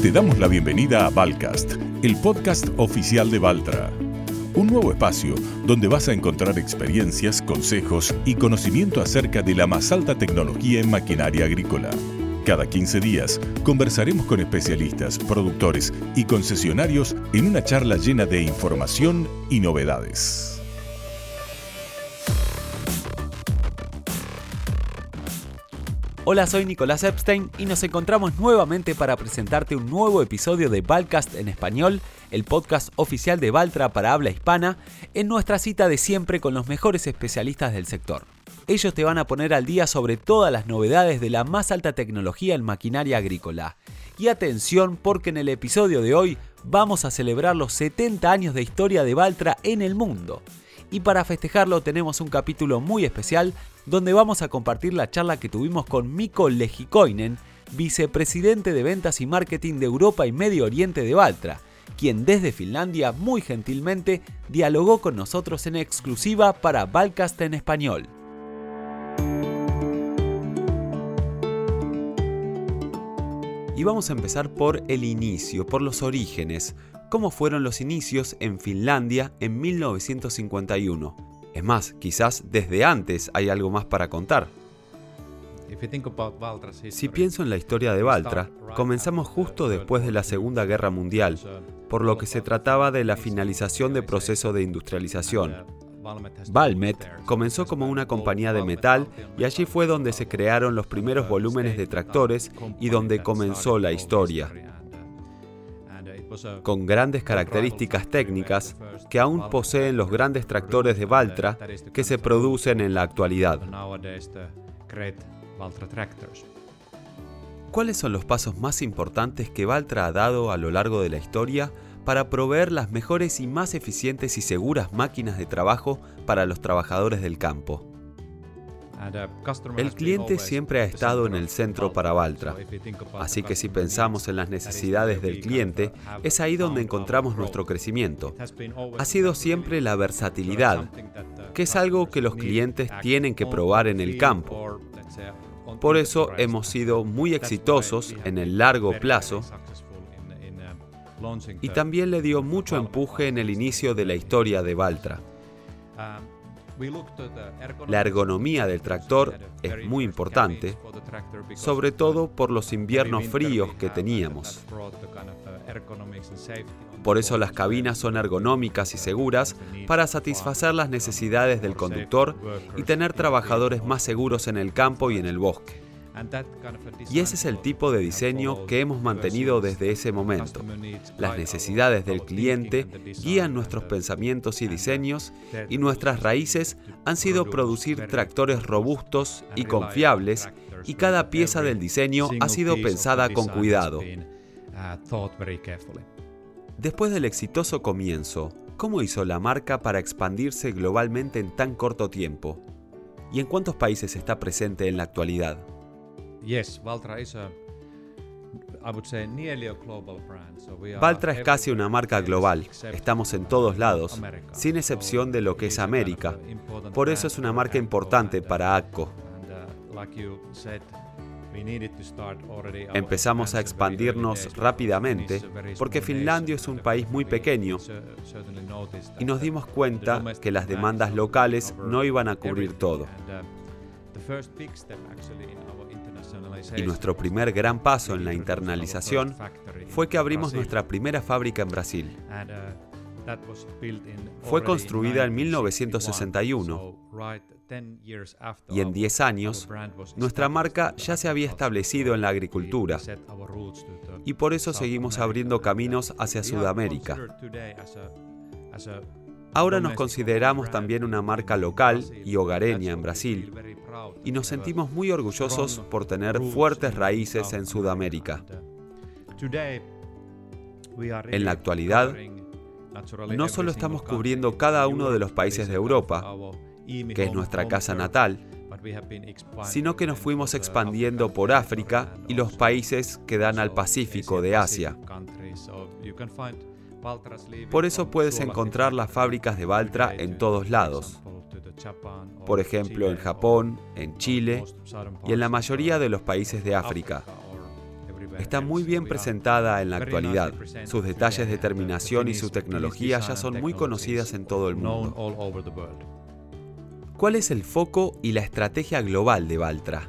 Te damos la bienvenida a Valcast, el podcast oficial de Valtra. Un nuevo espacio donde vas a encontrar experiencias, consejos y conocimiento acerca de la más alta tecnología en maquinaria agrícola. Cada 15 días conversaremos con especialistas, productores y concesionarios en una charla llena de información y novedades. Hola, soy Nicolás Epstein y nos encontramos nuevamente para presentarte un nuevo episodio de Valcast en español, el podcast oficial de Valtra para habla hispana, en nuestra cita de siempre con los mejores especialistas del sector. Ellos te van a poner al día sobre todas las novedades de la más alta tecnología en maquinaria agrícola. Y atención, porque en el episodio de hoy vamos a celebrar los 70 años de historia de Valtra en el mundo. Y para festejarlo tenemos un capítulo muy especial donde vamos a compartir la charla que tuvimos con Mikko Lehikoinen, vicepresidente de Ventas y Marketing de Europa y Medio Oriente de Valtra, quien desde Finlandia muy gentilmente dialogó con nosotros en exclusiva para Valcast en español. Y vamos a empezar por el inicio, por los orígenes. ¿Cómo fueron los inicios en Finlandia en 1951? Es más, quizás desde antes hay algo más para contar. Si pienso en la historia de Valtra, comenzamos justo después de la Segunda Guerra Mundial, por lo que se trataba de la finalización del proceso de industrialización. Valmet comenzó como una compañía de metal y allí fue donde se crearon los primeros volúmenes de tractores y donde comenzó la historia. Con grandes características técnicas que aún poseen los grandes tractores de Valtra que se producen en la actualidad. ¿Cuáles son los pasos más importantes que Valtra ha dado a lo largo de la historia para proveer las mejores y más eficientes y seguras máquinas de trabajo para los trabajadores del campo? El cliente siempre ha estado en el centro para Valtra, así que si pensamos en las necesidades del cliente, es ahí donde encontramos nuestro crecimiento. Ha sido siempre la versatilidad, que es algo que los clientes tienen que probar en el campo. Por eso hemos sido muy exitosos en el largo plazo y también le dio mucho empuje en el inicio de la historia de Valtra. La ergonomía del tractor es muy importante, sobre todo por los inviernos fríos que teníamos. Por eso las cabinas son ergonómicas y seguras para satisfacer las necesidades del conductor y tener trabajadores más seguros en el campo y en el bosque. Y ese es el tipo de diseño que hemos mantenido desde ese momento. Las necesidades del cliente guían nuestros pensamientos y diseños, y nuestras raíces han sido producir tractores robustos y confiables, y cada pieza del diseño ha sido pensada con cuidado. Después del exitoso comienzo, ¿cómo hizo la marca para expandirse globalmente en tan corto tiempo? ¿Y en cuántos países está presente en la actualidad? Valtra es casi una marca global. Estamos en todos lados, sin excepción de lo que es América. Por eso es una marca importante para AGCO. Empezamos a expandirnos rápidamente porque Finlandia es un país muy pequeño y nos dimos cuenta que las demandas locales no iban a cubrir todo. Y nuestro primer gran paso en la internalización fue que abrimos nuestra primera fábrica en Brasil. Fue construida en 1961 y en 10 años nuestra marca ya se había establecido en la agricultura y por eso seguimos abriendo caminos hacia Sudamérica. Ahora nos consideramos también una marca local y hogareña en Brasil y nos sentimos muy orgullosos por tener fuertes raíces en Sudamérica. En la actualidad, no solo estamos cubriendo cada uno de los países de Europa, que es nuestra casa natal, sino que nos fuimos expandiendo por África y los países que dan al Pacífico de Asia. Por eso puedes encontrar las fábricas de Valtra en todos lados. Por ejemplo, en Japón, en Chile y en la mayoría de los países de África. está muy bien presentada en la actualidad. Sus detalles de terminación y su tecnología ya son muy conocidas en todo el mundo. ¿Cuál es el foco y la estrategia global de Valtra?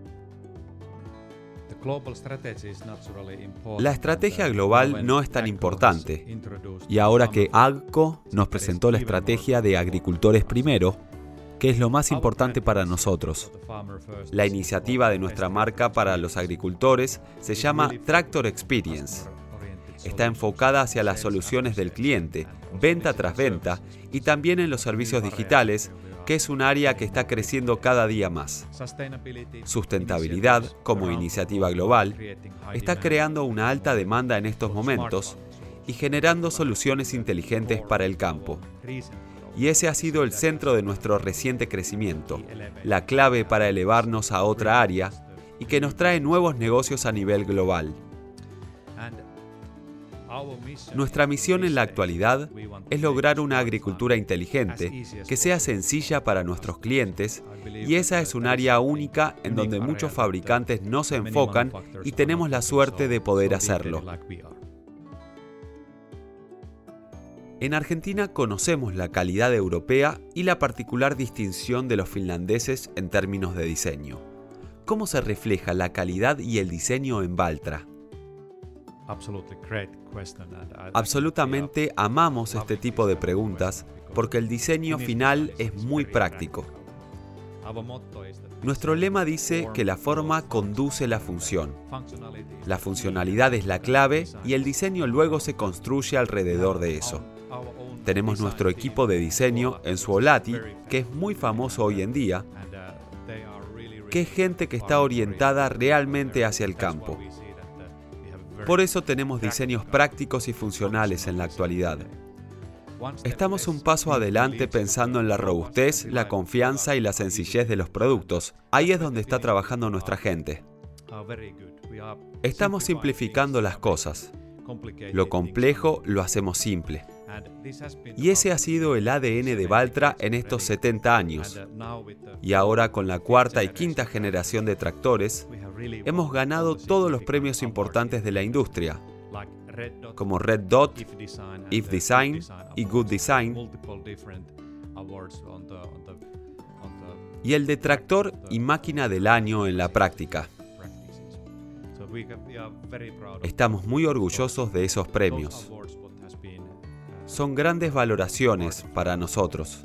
La estrategia global no es tan importante, y ahora que AGCO nos presentó la estrategia de Agricultores Primero, que es lo más importante para nosotros. La iniciativa de nuestra marca para los agricultores se llama Tractor Experience. Está enfocada hacia las soluciones del cliente, venta tras venta, y también en los servicios digitales, que es un área que está creciendo cada día más. Sustentabilidad, como iniciativa global, está creando una alta demanda en estos momentos y generando soluciones inteligentes para el campo. Y ese ha sido el centro de nuestro reciente crecimiento, la clave para elevarnos a otra área y que nos trae nuevos negocios a nivel global. Nuestra misión en la actualidad es lograr una agricultura inteligente que sea sencilla para nuestros clientes, y esa es un área única en donde muchos fabricantes no se enfocan y tenemos la suerte de poder hacerlo. En Argentina conocemos la calidad europea y la particular distinción de los finlandeses en términos de diseño. ¿Cómo se refleja la calidad y el diseño en Valtra? Absolutamente amamos este tipo de preguntas porque el diseño final es muy práctico. Nuestro lema dice que la forma conduce la función. La funcionalidad es la clave y el diseño luego se construye alrededor de eso. Tenemos nuestro equipo de diseño en Suolahti, que es muy famoso hoy en día, que es gente que está orientada realmente hacia el campo. Por eso tenemos diseños prácticos y funcionales en la actualidad. Estamos un paso adelante pensando en la robustez, la confianza y la sencillez de los productos. Ahí es donde está trabajando nuestra gente. Estamos simplificando las cosas. Lo complejo lo hacemos simple. Y ese ha sido el ADN de Valtra en estos 70 años. Y ahora con la cuarta y quinta generación de tractores, hemos ganado todos los premios importantes de la industria, como Red Dot, If Design y Good Design, y el de Tractor y Máquina del Año en la práctica. Estamos muy orgullosos de esos premios. Son grandes valoraciones para nosotros.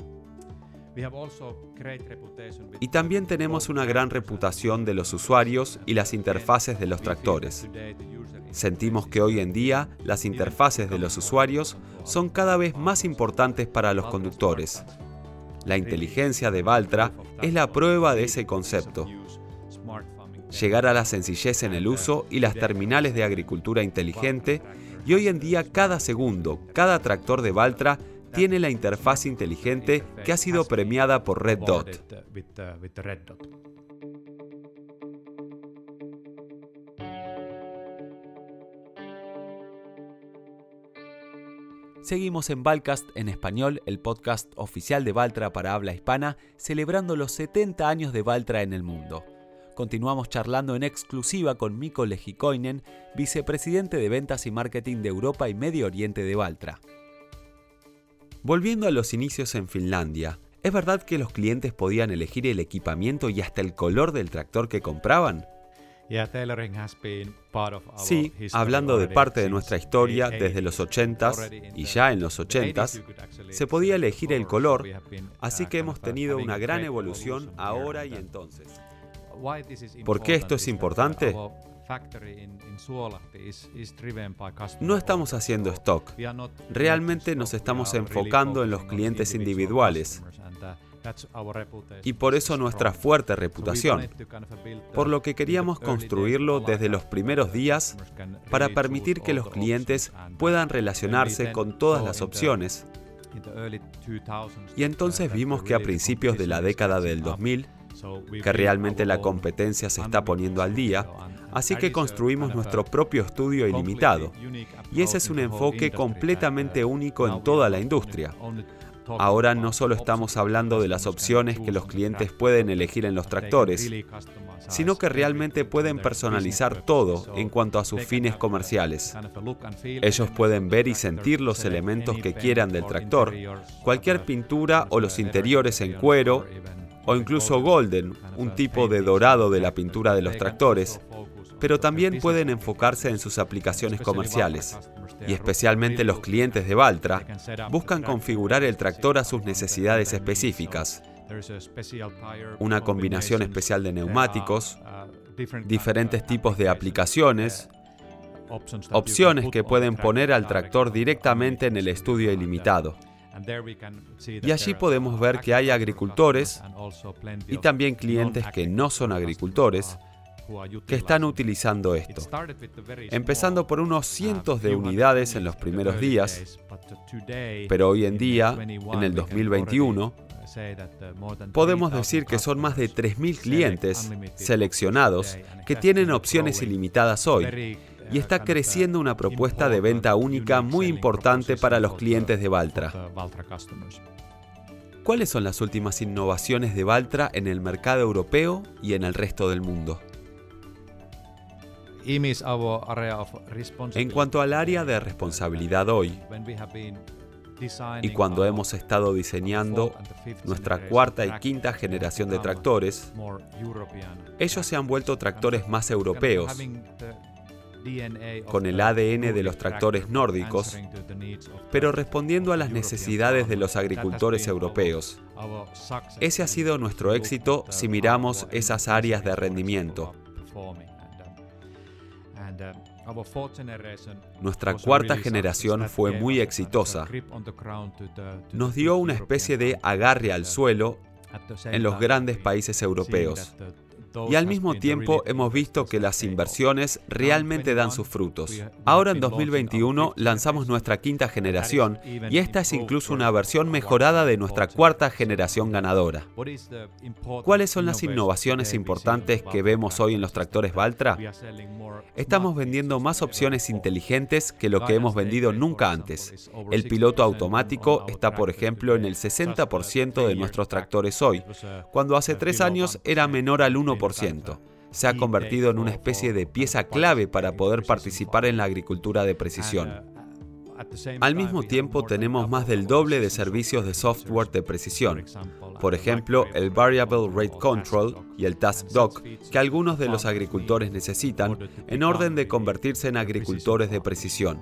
Y también tenemos una gran reputación de los usuarios y las interfaces de los tractores. Sentimos que hoy en día las interfaces de los usuarios son cada vez más importantes para los conductores. La inteligencia de Valtra es la prueba de ese concepto. Llegar a la sencillez en el uso y las terminales de agricultura inteligente, y hoy en día cada segundo, cada tractor de Valtra tiene la interfaz inteligente que ha sido premiada por Red Dot. Seguimos en Valcast en español, el podcast oficial de Valtra para habla hispana, celebrando los 70 años de Valtra en el mundo. Continuamos charlando en exclusiva con Mikko Lehikoinen, vicepresidente de Ventas y Marketing de Europa y Medio Oriente de Valtra. Volviendo a los inicios en Finlandia, ¿es verdad que los clientes podían elegir el equipamiento y hasta el color del tractor que compraban? Sí, hablando de parte de nuestra historia desde los 80s y ya en los 80s, se podía elegir el color, así que hemos tenido una gran evolución ahora y entonces. ¿Por qué esto es importante? No estamos haciendo stock. Realmente nos estamos enfocando en los clientes individuales. Y por eso nuestra fuerte reputación. Por lo que queríamos construirlo desde los primeros días para permitir que los clientes puedan relacionarse con todas las opciones. Y entonces vimos que a principios de la década del 2000, que realmente la competencia se está poniendo al día, así que construimos nuestro propio estudio ilimitado. Y ese es un enfoque completamente único en toda la industria. Ahora no solo estamos hablando de las opciones que los clientes pueden elegir en los tractores, sino que realmente pueden personalizar todo en cuanto a sus fines comerciales. Ellos pueden ver y sentir los elementos que quieran del tractor, cualquier pintura o los interiores en cuero, o incluso golden, un tipo de dorado de la pintura de los tractores, pero también pueden enfocarse en sus aplicaciones comerciales. Y especialmente los clientes de Valtra buscan configurar el tractor a sus necesidades específicas. Una combinación especial de neumáticos, diferentes tipos de aplicaciones, opciones que pueden poner al tractor directamente en el estudio ilimitado. Y allí podemos ver que hay agricultores y también clientes que no son agricultores que están utilizando esto, empezando por unos cientos de unidades en los primeros días, pero hoy en día, en el 2021, podemos decir que son más de 3.000 clientes seleccionados que tienen opciones ilimitadas hoy, y está creciendo una propuesta de venta única muy importante para los clientes de Valtra. ¿Cuáles son las últimas innovaciones de Valtra en el mercado europeo y en el resto del mundo? En cuanto al área de responsabilidad hoy, y cuando hemos estado diseñando nuestra cuarta y quinta generación de tractores, ellos se han vuelto tractores más europeos, con el ADN de los tractores nórdicos, pero respondiendo a las necesidades de los agricultores europeos. Ese ha sido nuestro éxito si miramos esas áreas de rendimiento. Nuestra cuarta generación fue muy exitosa. Nos dio una especie de agarre al suelo en los grandes países europeos. Y al mismo tiempo hemos visto que las inversiones realmente dan sus frutos. Ahora en 2021 lanzamos nuestra quinta generación y esta es incluso una versión mejorada de nuestra cuarta generación ganadora. ¿Cuáles son las innovaciones importantes que vemos hoy en los tractores Valtra? Estamos vendiendo más opciones inteligentes que lo que hemos vendido nunca antes. El piloto automático está, por ejemplo, en el 60% de nuestros tractores hoy, cuando hace 3 años era menor al 1%. Se ha convertido en una especie de pieza clave para poder participar en la agricultura de precisión. Al mismo tiempo, tenemos más del doble de servicios de software de precisión. Por ejemplo, el Variable Rate Control y el Task Dock que algunos de los agricultores necesitan en orden de convertirse en agricultores de precisión.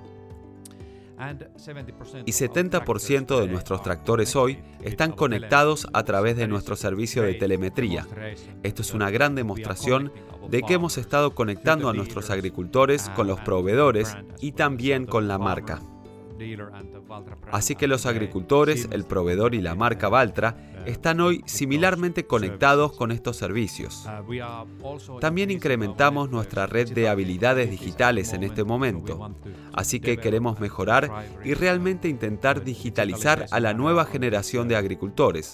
Y 70% de nuestros tractores hoy están conectados a través de nuestro servicio de telemetría. Esto es una gran demostración de que hemos estado conectando a nuestros agricultores con los proveedores y también con la marca. Así que los agricultores, el proveedor y la marca Valtra están hoy similarmente conectados con estos servicios. También incrementamos nuestra red de habilidades digitales en este momento, así que queremos mejorar y realmente intentar digitalizar a la nueva generación de agricultores.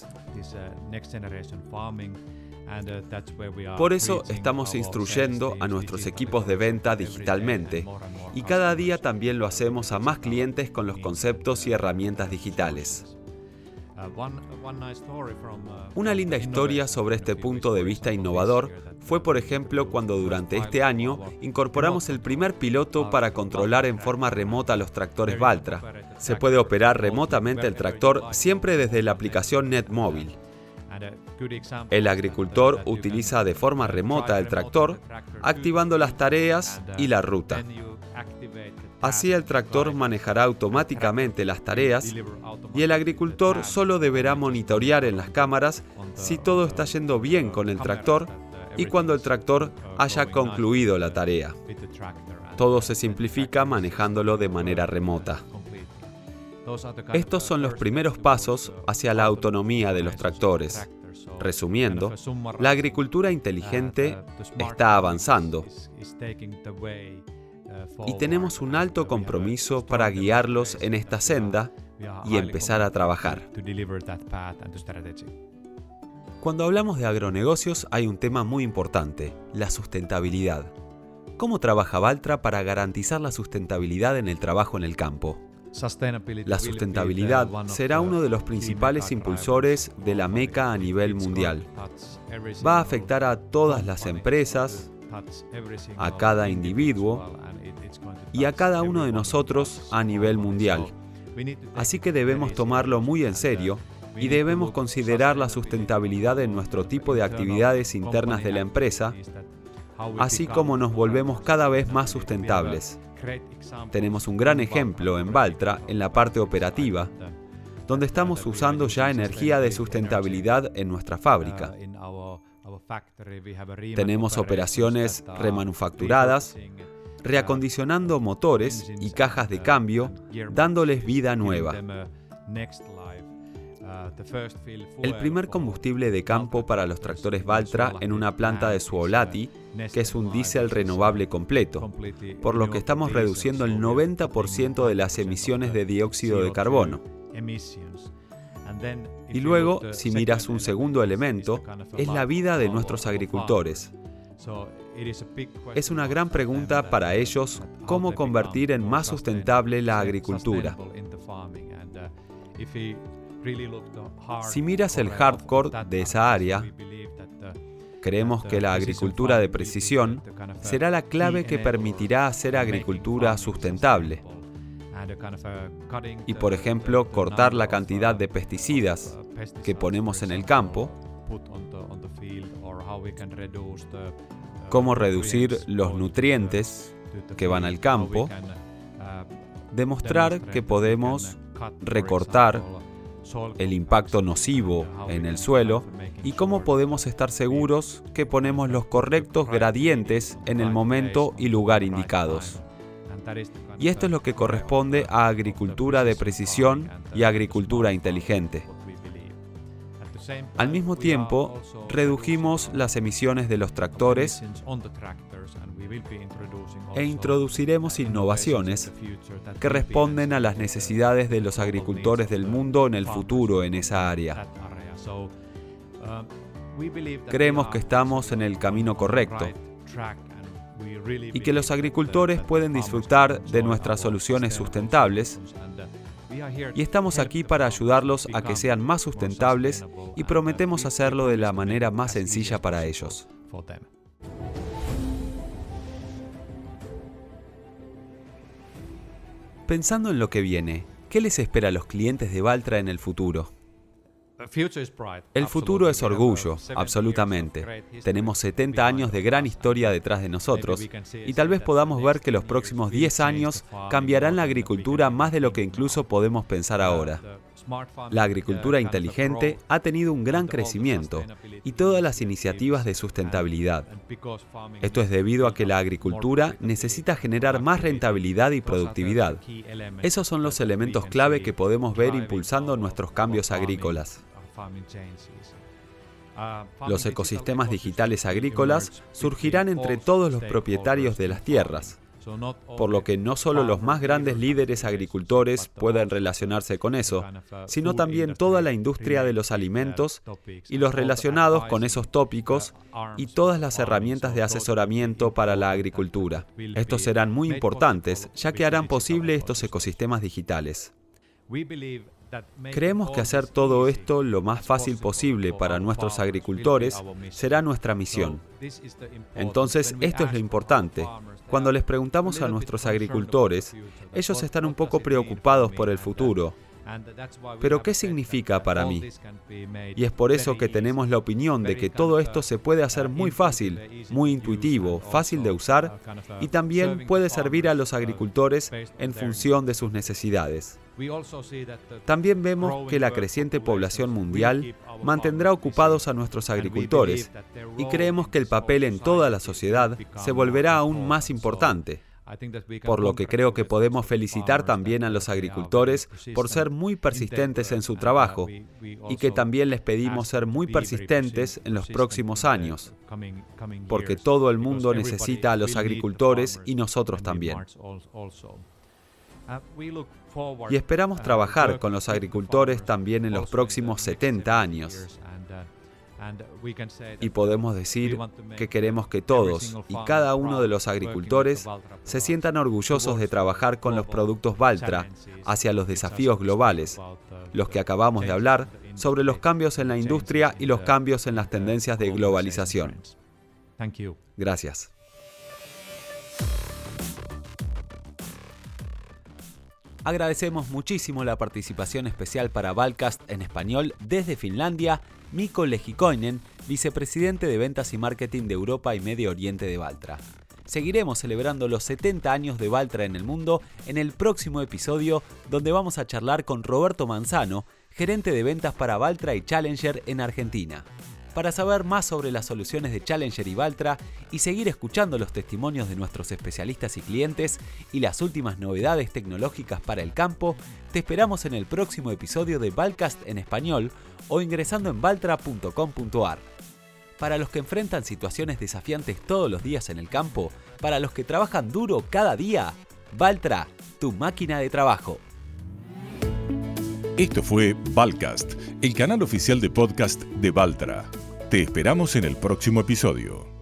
Por eso estamos instruyendo a nuestros equipos de venta digitalmente y cada día también lo hacemos a más clientes con los conceptos y herramientas digitales. Una linda historia sobre este punto de vista innovador fue, por ejemplo, cuando durante este año incorporamos el primer piloto para controlar en forma remota los tractores Valtra. Se puede operar remotamente el tractor siempre desde la aplicación NetMobile. El agricultor utiliza de forma remota el tractor, activando las tareas y la ruta. Así el tractor manejará automáticamente las tareas y el agricultor solo deberá monitorear en las cámaras si todo está yendo bien con el tractor y cuando el tractor haya concluido la tarea. Todo se simplifica manejándolo de manera remota. Estos son los primeros pasos hacia la autonomía de los tractores. Resumiendo, la agricultura inteligente está avanzando y tenemos un alto compromiso para guiarlos en esta senda y empezar a trabajar. Cuando hablamos de agronegocios hay un tema muy importante, la sustentabilidad. ¿Cómo trabaja Valtra para garantizar la sustentabilidad en el trabajo en el campo? La sustentabilidad será uno de los principales impulsores de la meca a nivel mundial. Va a afectar a todas las empresas, a cada individuo y a cada uno de nosotros a nivel mundial. Así que debemos tomarlo muy en serio y debemos considerar la sustentabilidad en nuestro tipo de actividades internas de la empresa, así como nos volvemos cada vez más sustentables. Tenemos un gran ejemplo en Valtra en la parte operativa, donde estamos usando ya energía de sustentabilidad en nuestra fábrica. Tenemos operaciones remanufacturadas, reacondicionando motores y cajas de cambio, dándoles vida nueva. El primer combustible de campo para los tractores Valtra en una planta de Suolahti, que es un diésel renovable completo, por lo que estamos reduciendo el 90% de las emisiones de dióxido de carbono. Y luego, si miras un segundo elemento, es la vida de nuestros agricultores. Es una gran pregunta para ellos cómo convertir en más sustentable la agricultura. Si miras el hardcore de esa área, creemos que la agricultura de precisión será la clave que permitirá hacer agricultura sustentable. Y por ejemplo, cortar la cantidad de pesticidas que ponemos en el campo, cómo reducir los nutrientes que van al campo, demostrar que podemos recortar el impacto nocivo en el suelo y cómo podemos estar seguros que ponemos los correctos gradientes en el momento y lugar indicados. Y esto es lo que corresponde a agricultura de precisión y agricultura inteligente. Al mismo tiempo, redujimos las emisiones de los tractores e introduciremos innovaciones que responden a las necesidades de los agricultores del mundo en el futuro en esa área. Creemos que estamos en el camino correcto y que los agricultores pueden disfrutar de nuestras soluciones sustentables, y estamos aquí para ayudarlos a que sean más sustentables y prometemos hacerlo de la manera más sencilla para ellos. Pensando en lo que viene, ¿qué les espera a los clientes de Valtra en el futuro? El futuro es orgullo, absolutamente. Tenemos 70 años de gran historia detrás de nosotros y tal vez podamos ver que los próximos 10 años cambiarán la agricultura más de lo que incluso podemos pensar ahora. La agricultura inteligente ha tenido un gran crecimiento y todas las iniciativas de sustentabilidad. Esto es debido a que la agricultura necesita generar más rentabilidad y productividad. Esos son los elementos clave que podemos ver impulsando nuestros cambios agrícolas. Los ecosistemas digitales agrícolas surgirán entre todos los propietarios de las tierras, por lo que no solo los más grandes líderes agricultores pueden relacionarse con eso, sino también toda la industria de los alimentos y los relacionados con esos tópicos y todas las herramientas de asesoramiento para la agricultura. Estos serán muy importantes, ya que harán posible estos ecosistemas digitales. Creemos que hacer todo esto lo más fácil posible para nuestros agricultores será nuestra misión. Entonces, esto es lo importante. Cuando les preguntamos a nuestros agricultores, ellos están un poco preocupados por el futuro. ¿Pero qué significa para mí? Y es por eso que tenemos la opinión de que todo esto se puede hacer muy fácil, muy intuitivo, fácil de usar y también puede servir a los agricultores en función de sus necesidades. También vemos que la creciente población mundial mantendrá ocupados a nuestros agricultores y creemos que el papel en toda la sociedad se volverá aún más importante. Por lo que creo que podemos felicitar también a los agricultores por ser muy persistentes en su trabajo y que también les pedimos ser muy persistentes en los próximos años, porque todo el mundo necesita a los agricultores y nosotros también. Y esperamos trabajar con los agricultores también en los próximos 70 años. Y podemos decir que queremos que todos y cada uno de los agricultores se sientan orgullosos de trabajar con los productos Valtra hacia los desafíos globales, los que acabamos de hablar, sobre los cambios en la industria y los cambios en las tendencias de globalización. Gracias. Agradecemos muchísimo la participación especial para Valcast en español desde Finlandia, Mikko Lehikoinen, vicepresidente de Ventas y Marketing de Europa y Medio Oriente de Valtra. Seguiremos celebrando los 70 años de Valtra en el mundo en el próximo episodio, donde vamos a charlar con Roberto Manzano, gerente de ventas para Valtra y Challenger en Argentina. Para saber más sobre las soluciones de Challenger y Valtra y seguir escuchando los testimonios de nuestros especialistas y clientes y las últimas novedades tecnológicas para el campo, te esperamos en el próximo episodio de Valcast en español o ingresando en valtra.com.ar. Para los que enfrentan situaciones desafiantes todos los días en el campo, para los que trabajan duro cada día, Valtra, tu máquina de trabajo. Esto fue Valcast, el canal oficial de podcast de Valtra. Te esperamos en el próximo episodio.